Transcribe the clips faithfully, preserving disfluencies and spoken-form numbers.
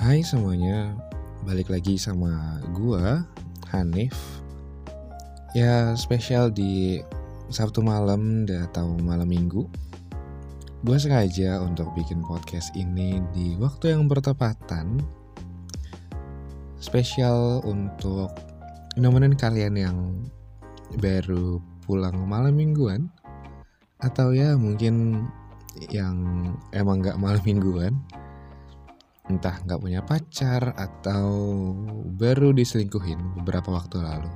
Hai semuanya, balik lagi sama gua, Hanif. Ya spesial di Sabtu malam atau malam minggu. Gua sengaja untuk bikin podcast ini di waktu yang bertepatan. Spesial untuk nemenin kalian yang baru pulang malam mingguan. Atau ya mungkin yang emang gak malam mingguan. Entah gak punya pacar atau baru diselingkuhin beberapa waktu lalu.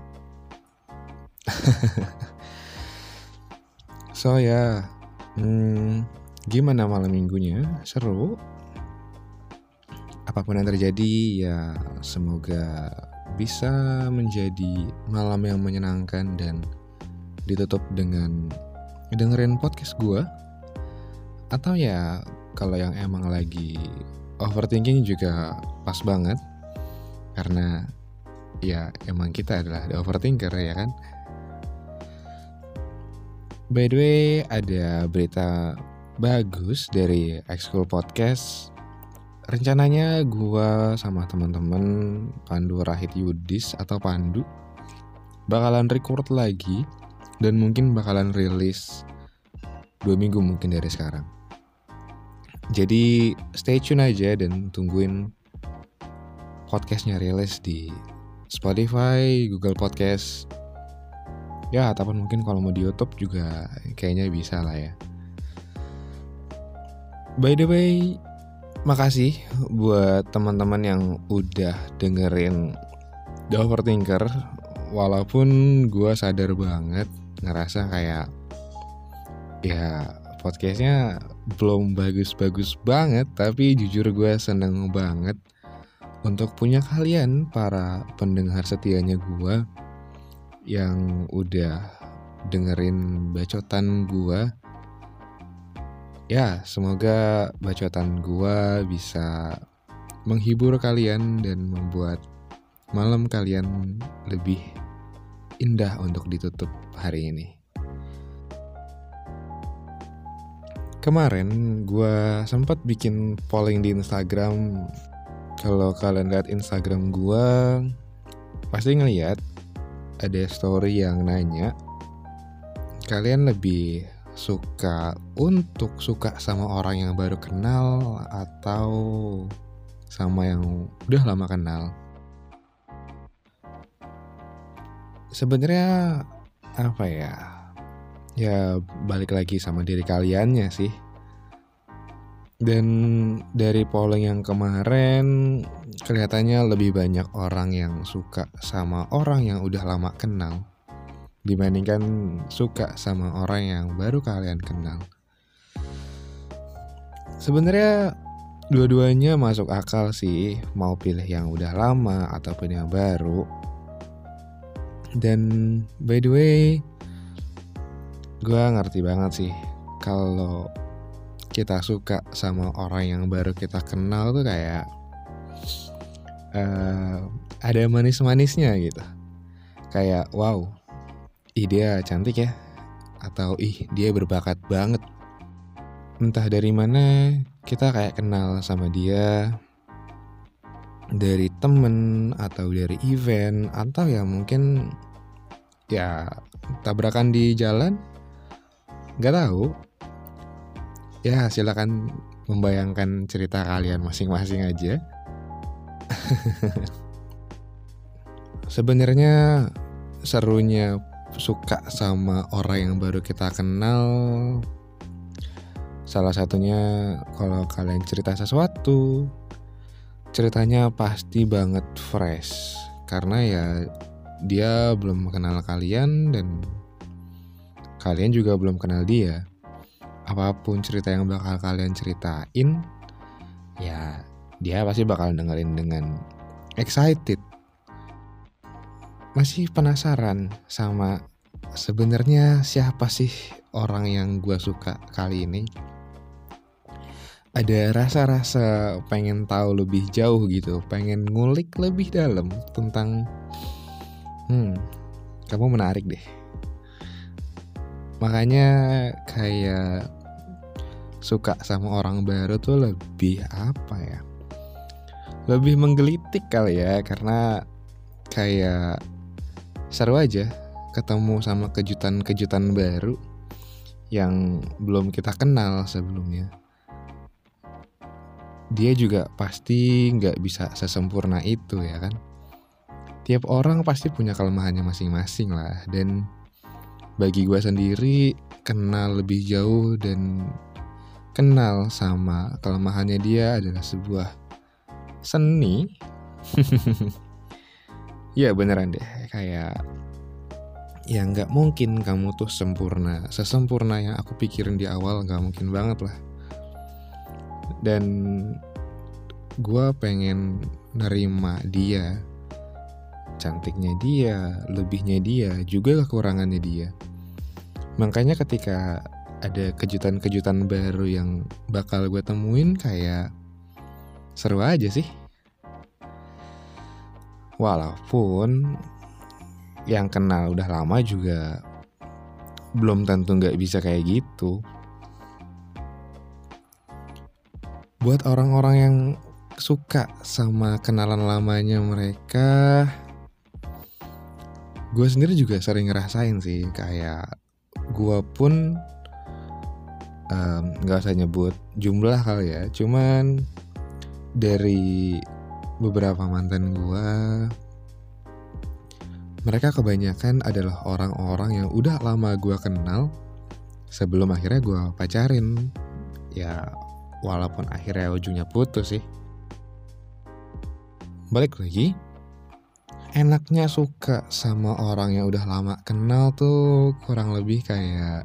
So ya, hmm, gimana malam minggunya? Seru? Apapun yang terjadi ya semoga bisa menjadi malam yang menyenangkan dan ditutup dengan dengerin podcast gue. Atau ya kalau yang emang lagi overthinking juga pas banget. Karena ya emang kita adalah the overthinker ya kan. By the way, ada berita bagus dari Ekskul Podcast. Rencananya gue sama teman-teman Pandu Rahid Yudis atau Pandu bakalan record lagi dan mungkin bakalan rilis dua minggu mungkin dari sekarang. Jadi stay tune aja dan tungguin podcastnya rilis di Spotify, Google Podcast. Ya ataupun mungkin kalau mau di YouTube juga kayaknya bisa lah ya. By the way, makasih buat teman-teman yang udah dengerin The Overthinker. Walaupun gue sadar banget ngerasa kayak ya podcastnya belum bagus-bagus banget, tapi jujur gue seneng banget untuk punya kalian para pendengar setianya gue yang udah dengerin bacotan gue. Ya semoga bacotan gue bisa menghibur kalian dan membuat malam kalian lebih indah untuk ditutup hari ini. Kemarin gue sempat bikin polling di Instagram. Kalau kalian lihat Instagram gue, pasti ngeliat ada story yang nanya, kalian lebih suka untuk suka sama orang yang baru kenal atau sama yang udah lama kenal? Sebenarnya apa ya? Ya balik lagi sama diri kaliannya sih. Dan dari polling yang kemarin kelihatannya lebih banyak orang yang suka sama orang yang udah lama kenal dibandingkan suka sama orang yang baru kalian kenal. Sebenarnya dua-duanya masuk akal sih, mau pilih yang udah lama ataupun yang baru. Dan by the way, gue ngerti banget sih kalau kita suka sama orang yang baru kita kenal tuh kayak uh, ada manis-manisnya gitu. Kayak wow, ih dia cantik ya, atau ih dia berbakat banget. Entah dari mana kita kayak kenal sama dia, dari temen atau dari event atau ya mungkin ya tabrakan di jalan. Gak tahu. Ya silakan membayangkan cerita kalian masing-masing aja. Sebenarnya serunya suka sama orang yang baru kita kenal, salah satunya kalau kalian cerita sesuatu, ceritanya pasti banget fresh. Karena ya dia belum kenal kalian dan kalian juga belum kenal dia. Apapun cerita yang bakal kalian ceritain, ya dia pasti bakal dengerin dengan excited. Masih penasaran sama sebenarnya siapa sih orang yang gue suka kali ini? Ada rasa-rasa pengen tahu lebih jauh gitu, pengen ngulik lebih dalam tentang hmm, kamu menarik deh. Makanya kayak suka sama orang baru tuh lebih apa ya, lebih menggelitik kali ya, karena kayak seru aja ketemu sama kejutan-kejutan baru yang belum kita kenal sebelumnya. Dia juga pasti gak bisa sesempurna itu ya kan. Tiap orang pasti punya kelemahannya masing-masing lah. Dan bagi gue sendiri, kenal lebih jauh dan kenal sama kelemahannya dia adalah sebuah seni. Ya beneran deh, kayak ya gak mungkin kamu tuh sempurna. Sesempurna yang aku pikirin di awal gak mungkin banget lah. Dan gue pengen nerima dia, cantiknya dia, lebihnya dia, juga kekurangannya dia. Makanya ketika ada kejutan-kejutan baru yang bakal gue temuin, kayak seru aja sih. Walaupun yang kenal udah lama juga belum tentu gak bisa kayak gitu. Buat orang-orang yang suka sama kenalan lamanya mereka, gue sendiri juga sering ngerasain sih. Kayak gue pun um, gak usah nyebut jumlah kali ya, cuman dari beberapa mantan gue, mereka kebanyakan adalah orang-orang yang udah lama gue kenal sebelum akhirnya gue pacarin. Ya walaupun akhirnya ujungnya putus sih. Balik lagi, enaknya suka sama orang yang udah lama kenal tuh kurang lebih kayak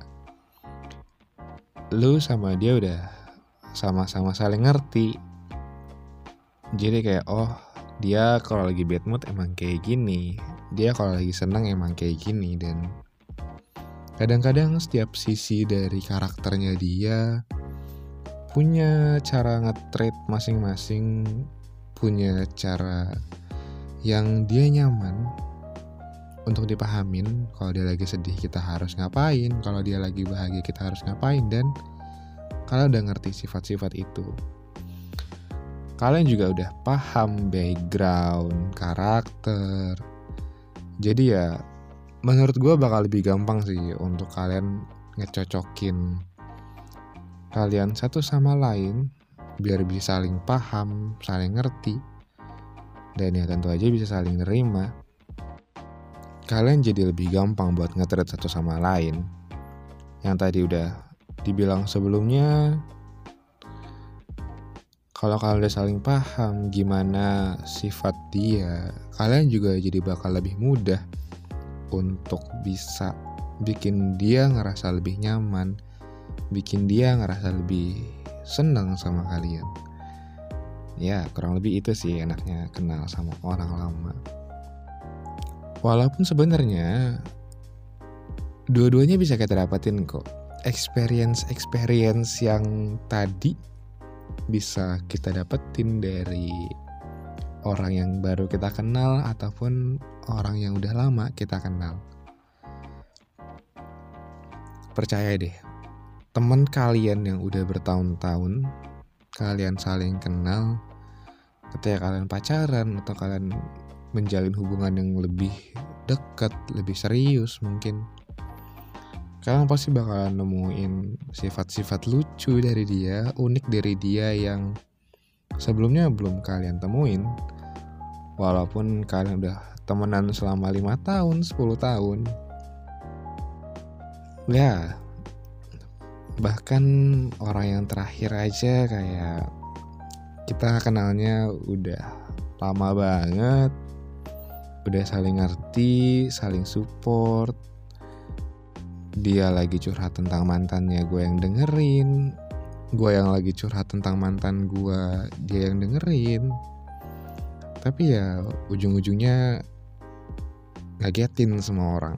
lu sama dia udah sama-sama saling ngerti. Jadi kayak oh, dia kalau lagi bad mood emang kayak gini, dia kalau lagi seneng emang kayak gini. Dan kadang-kadang setiap sisi dari karakternya dia punya cara nge-treat masing-masing, punya cara yang dia nyaman untuk dipahamin. Kalau dia lagi sedih kita harus ngapain, kalau dia lagi bahagia kita harus ngapain. Dan kalian udah ngerti sifat-sifat itu, kalian juga udah paham background, karakter. Jadi ya menurut gue bakal lebih gampang sih untuk kalian ngecocokin kalian satu sama lain, biar bisa saling paham, saling ngerti, dan ya tentu aja bisa saling nerima. Kalian jadi lebih gampang buat nge-treat satu sama lain. Yang tadi udah dibilang sebelumnya, kalau kalian udah saling paham gimana sifat dia, kalian juga jadi bakal lebih mudah untuk bisa bikin dia ngerasa lebih nyaman, bikin dia ngerasa lebih senang sama kalian. Ya kurang lebih itu sih enaknya kenal sama orang lama. Walaupun sebenarnya dua-duanya bisa kita dapatin kok. Experience-experience yang tadi bisa kita dapetin dari orang yang baru kita kenal ataupun orang yang udah lama kita kenal. Percaya deh, teman kalian yang udah bertahun-tahun kalian saling kenal, ketika kalian pacaran atau kalian menjalin hubungan yang lebih dekat, lebih serius mungkin, kalian pasti bakalan nemuin sifat-sifat lucu dari dia, unik dari dia yang sebelumnya belum kalian temuin. Walaupun kalian udah temenan selama lima tahun, sepuluh tahun. Ya, bahkan orang yang terakhir aja kayak kita kenalnya udah lama banget, udah saling ngerti, saling support. Dia lagi curhat tentang mantannya, gue yang dengerin. Gue yang lagi curhat tentang mantan gue, dia yang dengerin. Tapi ya ujung-ujungnya ngagetin semua orang.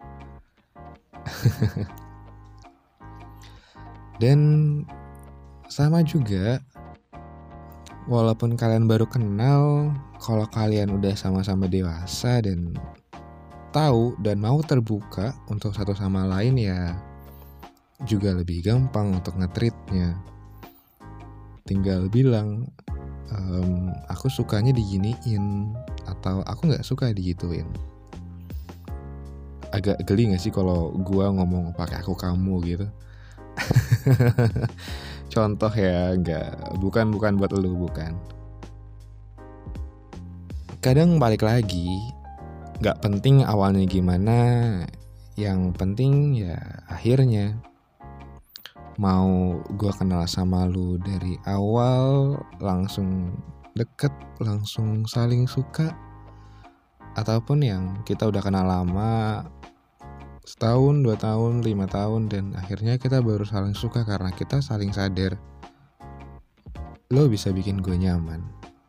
Dan sama juga, walaupun kalian baru kenal, kalau kalian udah sama-sama dewasa dan tahu dan mau terbuka untuk satu sama lain, ya juga lebih gampang untuk nge-treatnya. Tinggal bilang, um, aku sukanya diginiin atau aku nggak suka digituin. Agak geli nggak sih kalau gue ngomong pakai aku kamu gitu? Contoh ya, nggak, bukan bukan buat lu, bukan. Kadang balik lagi, nggak penting awalnya gimana, yang penting ya akhirnya. Mau gue kenal sama lu dari awal langsung deket, langsung saling suka, ataupun yang kita udah kenal lama setahun, dua tahun, lima tahun, dan akhirnya kita baru saling suka karena kita saling sadar lo bisa bikin gue nyaman.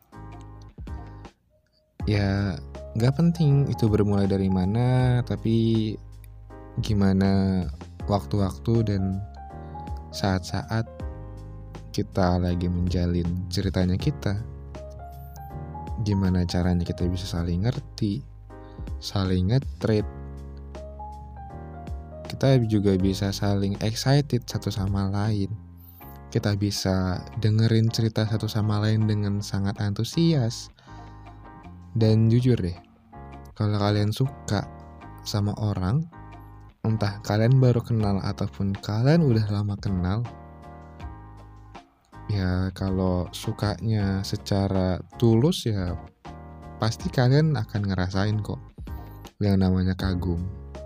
Ya gak penting itu bermulai dari mana, tapi gimana waktu-waktu dan saat-saat kita lagi menjalin ceritanya kita, gimana caranya kita bisa saling ngerti, saling nge-treat, kita juga bisa saling excited satu sama lain, kita bisa dengerin cerita satu sama lain dengan sangat antusias. Dan jujur deh, kalau kalian suka sama orang, entah kalian baru kenal ataupun kalian udah lama kenal, ya kalau sukanya secara tulus ya pasti kalian akan ngerasain kok yang namanya kagum.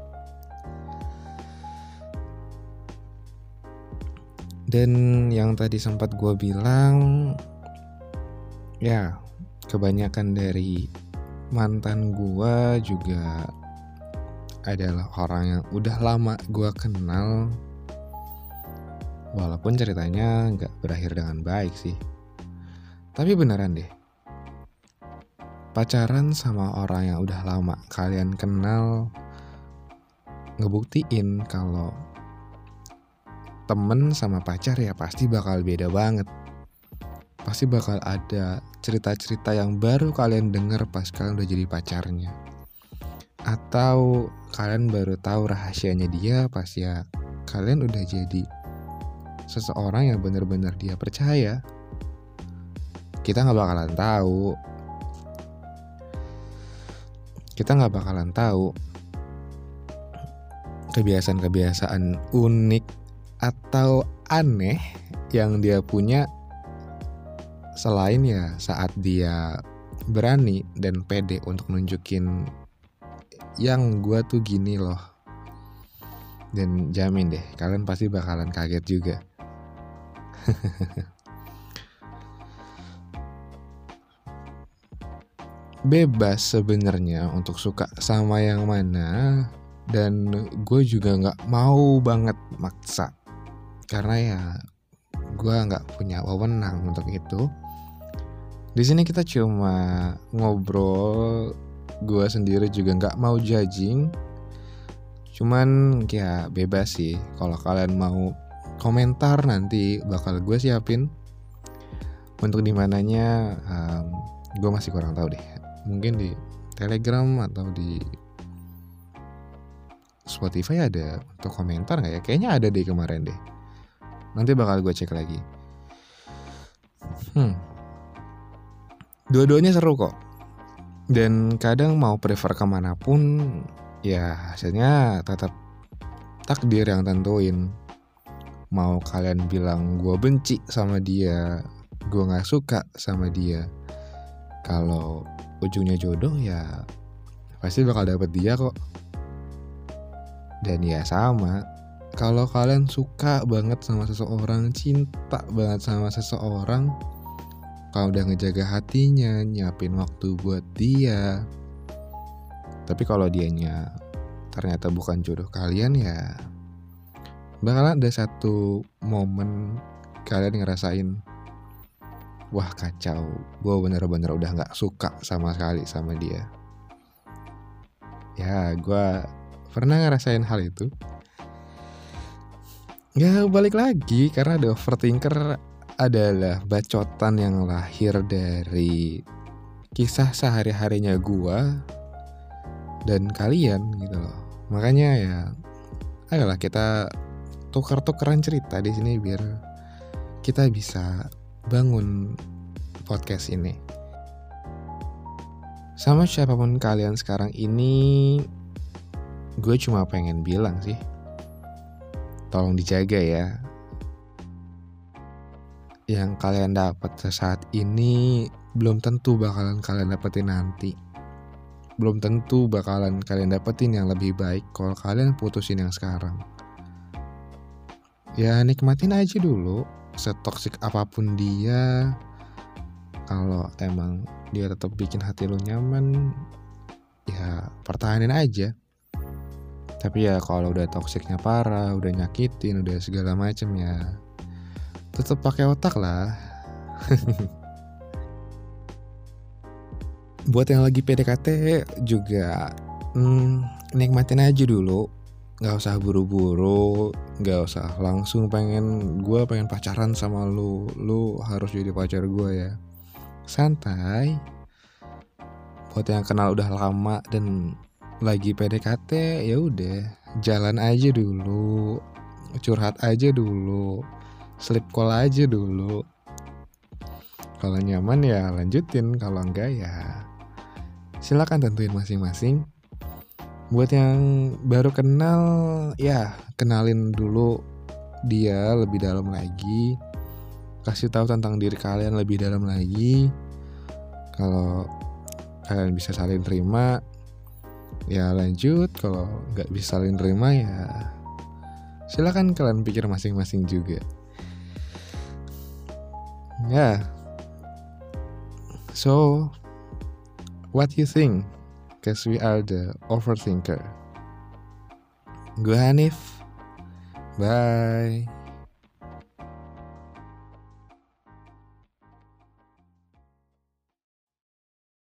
Dan yang tadi sempat gue bilang, ya kebanyakan dari mantan gue juga adalah orang yang udah lama gue kenal, walaupun ceritanya gak berakhir dengan baik sih. Tapi beneran deh, pacaran sama orang yang udah lama kalian kenal ngebuktiin kalau temen sama pacar ya pasti bakal beda banget. Pasti bakal ada cerita-cerita yang baru kalian denger pas kalian udah jadi pacarnya, atau kalian baru tahu rahasianya dia pas ya kalian udah jadi seseorang yang benar-benar dia percaya. Kita nggak bakalan tahu, kita nggak bakalan tahu kebiasaan-kebiasaan unik atau aneh yang dia punya, selain ya saat dia berani dan pede untuk nunjukin yang gue tuh gini loh. Dan jamin deh kalian pasti bakalan kaget juga. Bebas sebenarnya untuk suka sama yang mana, dan gue juga nggak mau banget maksa karena ya gue nggak punya wewenang untuk itu. Di sini kita cuma ngobrol, gue sendiri juga nggak mau judging, cuman ya bebas sih. Kalau kalian mau komentar nanti bakal gue siapin. Untuk dimananya um, gue masih kurang tahu deh, mungkin di Telegram atau di Spotify ada untuk komentar nggak ya? Kayaknya ada deh kemarin deh. Nanti bakal gue cek lagi. Hmm. Dua-duanya seru kok. Dan kadang mau prefer kemanapun, ya hasilnya tetap takdir yang tentuin. Mau kalian bilang gue benci sama dia, gue gak suka sama dia, kalau ujungnya jodoh ya pasti bakal dapet dia kok. Dan ya sama, kalau kalian suka banget sama seseorang, cinta banget sama seseorang, kalau udah ngejaga hatinya, nyiapin waktu buat dia, tapi kalau dianya ternyata bukan jodoh kalian, ya bakal ada satu momen kalian ngerasain, wah kacau, gue bener-bener udah gak suka sama sekali sama dia. Ya gue pernah ngerasain hal itu. Ya balik lagi, karena The Overthinker adalah bacotan yang lahir dari kisah sehari-harinya gua dan kalian gitu loh. Makanya ya ayolah kita tukar-tukaran cerita di sini biar kita bisa bangun podcast ini. Sama siapapun kalian sekarang ini, gue cuma pengen bilang sih, tolong dijaga ya. Yang kalian dapat saat ini belum tentu bakalan kalian dapetin nanti. Belum tentu bakalan kalian dapetin yang lebih baik kalau kalian putusin yang sekarang. Ya nikmatin aja dulu, setoksik apapun dia. Kalau emang dia tetap bikin hati lu nyaman, ya pertahanin aja. Tapi ya kalau udah toksiknya parah, udah nyakitin, udah segala macem ya tetap pakai otak lah. Buat yang lagi P D K T juga hmm, nikmatin aja dulu. Gak usah buru-buru, gak usah langsung pengen gue pengen pacaran sama lu, lu harus jadi pacar gue ya. Santai. Buat yang kenal udah lama dan lagi P D K T, ya udah jalan aja dulu, curhat aja dulu, sleep call aja dulu. Kalau nyaman ya lanjutin, kalau enggak ya silakan tentuin masing-masing. Buat yang baru kenal, ya kenalin dulu dia lebih dalam lagi. Kasih tahu tentang diri kalian lebih dalam lagi. Kalau kalian bisa saling terima, ya lanjut. Kalau nggak bisa saling terima, ya silakan kalian pikir masing-masing juga. Ya, yeah. So what you think? Cause we are the overthinker. Gue Hanif. Bye.